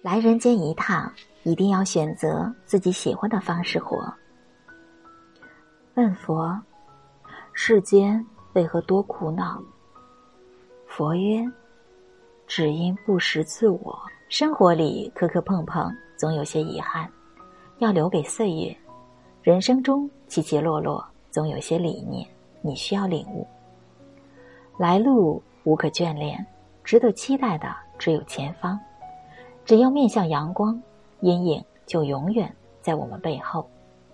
来人间一趟，一定要选择自己喜欢的方式活。问佛：世间为何多苦恼？佛曰：只因不识自我。生活里磕磕碰碰，总有些遗憾，要留给岁月。人生中起起落落，总有些理念你需要领悟。来路无可眷恋，值得期待的只有前方。只要面向阳光，阴影就永远在我们背后。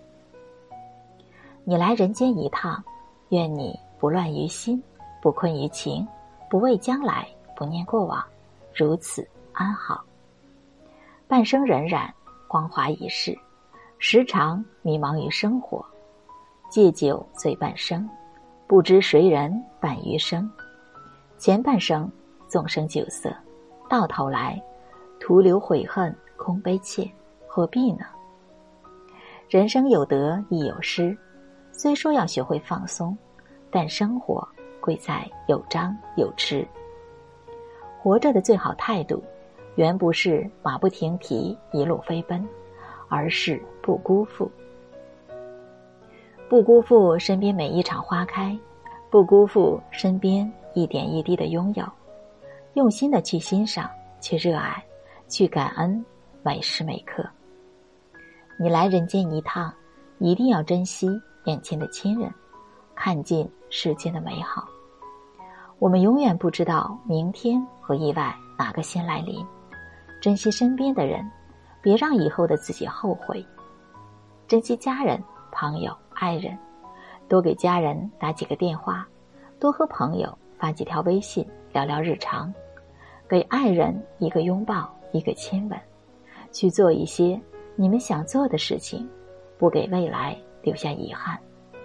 你来人间一趟，愿你不乱于心，不困于情，不畏将来，不念过往，如此安好。半生荏苒，光华一世，时常迷茫于生活。借酒醉半生，不知谁人伴余生。前半生纵生酒色，到头来徒留悔恨，空悲切，何必呢？人生有得亦有失，虽说要学会放松，但生活贵在有张有弛。活着的最好态度，原不是马不停蹄一路飞奔，而是不辜负。不辜负身边每一场花开，不辜负身边一点一滴的拥有，用心的去欣赏，去热爱，去感恩每时每刻。你来人间一趟，一定要珍惜眼前的亲人，看尽世间的美好。我们永远不知道明天和意外哪个先来临，珍惜身边的人，别让以后的自己后悔。珍惜家人、朋友、爱人，多给家人打几个电话，多和朋友发几条微信，聊聊日常，给爱人一个拥抱，一个亲吻，去做一些你们想做的事情，不给未来留下遗憾。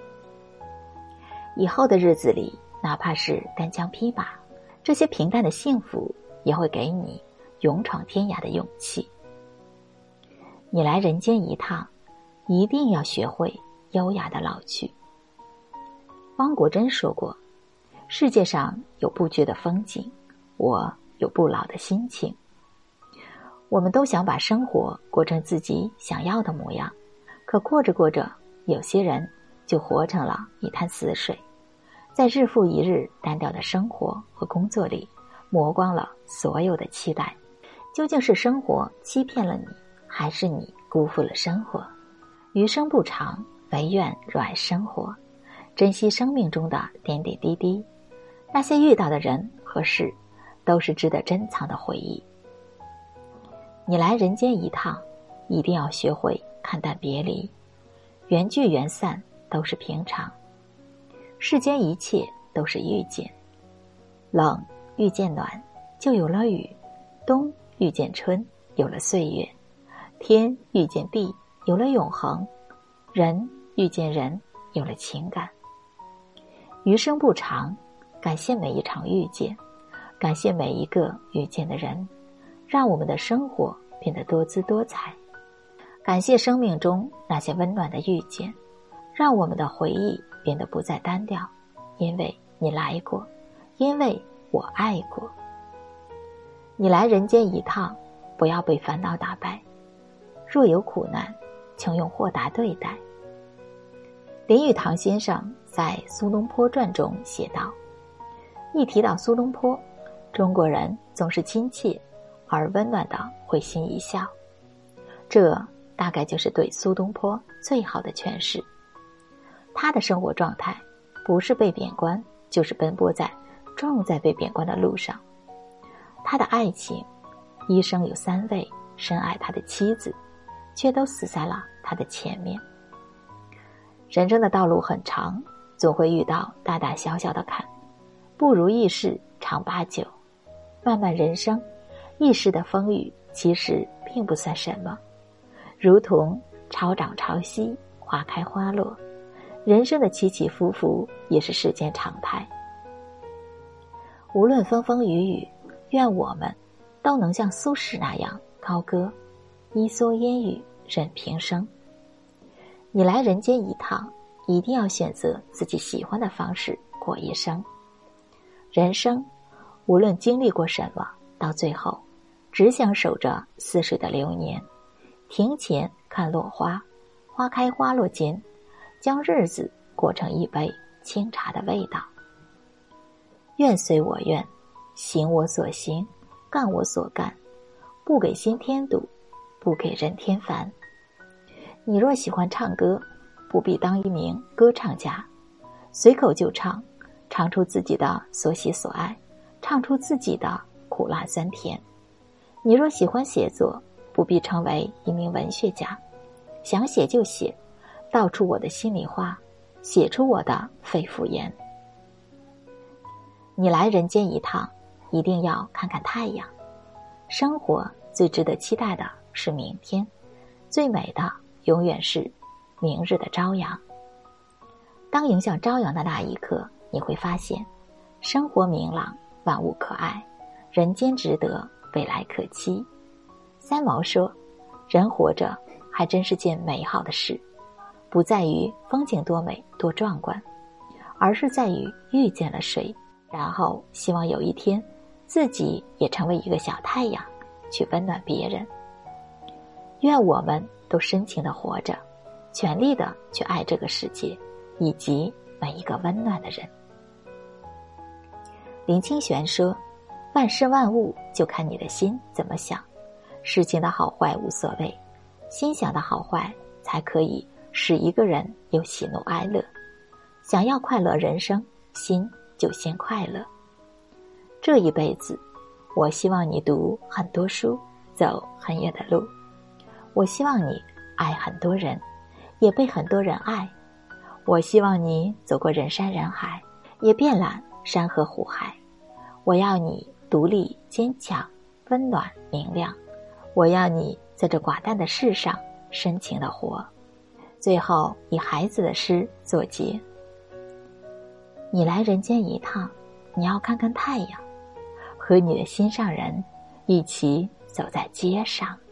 以后的日子里，哪怕是单枪匹马，这些平淡的幸福也会给你勇闯天涯的勇气。你来人间一趟，一定要学会优雅的老去。汪国真说过，世界上有不绝的风景，我有不老的心情。我们都想把生活过成自己想要的模样，可过着过着，有些人就活成了一滩死水，在日复一日单调的生活和工作里磨光了所有的期待。究竟是生活欺骗了你，还是你辜负了生活？余生不长，唯愿热爱生活，珍惜生命中的点点滴滴。那些遇到的人和事，都是值得珍藏的回忆。你来人间一趟，一定要学会看淡别离，缘聚缘散都是平常。世间一切都是遇见，冷遇见暖，就有了雨；冬遇见春，有了岁月；天遇见地，有了永恒；人遇见人，有了情感。余生不长，感谢每一场遇见，感谢每一个遇见的人，让我们的生活变得多姿多彩。感谢生命中那些温暖的遇见，让我们的回忆变得不再单调，因为你来过，因为我爱过。你来人间一趟，不要被烦恼打败，若有苦难，请用豁达对待。林语堂先生在《苏东坡传》中写道，一提到苏东坡，中国人总是亲切而温暖的会心一笑，这大概就是对苏东坡最好的诠释。他的生活状态不是被贬官，就是奔波在正在被贬官的路上。他的爱情，一生有3位深爱他的妻子，却都死在了他的前面。人生的道路很长，总会遇到大大小小的坎，不如意事常8九。漫漫人生，一时的风雨其实并不算什么，如同潮涨潮汐，花开花落，人生的起起伏伏也是世间常态。无论风风雨雨，愿我们都能像苏轼那样高歌，一蓑烟雨任平生。你来人间一趟，一定要选择自己喜欢的方式过一生。人生无论经历过什么，到最后只想守着似水的流年，庭前看落花，花开花落间，将日子过成一杯清茶的味道。愿随我愿，行我所行，干我所干，不给心添堵，不给人添烦。你若喜欢唱歌，不必当一名歌唱家，随口就唱，唱出自己的所喜所爱，唱出自己的苦辣酸甜。你若喜欢写作，不必成为一名文学家，想写就写，道出我的心里话，写出我的肺腑言。你来人间一趟，一定要看看太阳。生活最值得期待的是明天，最美的永远是明日的朝阳。当迎向朝阳的那一刻，你会发现，生活明朗，万物可爱，人间值得，未来可期。三毛说，人活着还真是件美好的事，不在于风景多美多壮观，而是在于遇见了谁，然后希望有一天自己也成为一个小太阳，去温暖别人。愿我们都深情地活着，全力地去爱这个世界，以及每一个温暖的人。林清玄说，万事万物就看你的心怎么想，事情的好坏无所谓，心想的好坏才可以使一个人有喜怒哀乐。想要快乐人生，心就先快乐。这一辈子，我希望你读很多书，走很远的路。我希望你爱很多人，也被很多人爱。我希望你走过人山人海，也遍览山河湖海。我要你独立坚强，温暖明亮。我要你在这寡淡的世上深情地活。最后以孩子的诗作结。你来人间一趟，你要看看太阳，和你的心上人一起走在街上。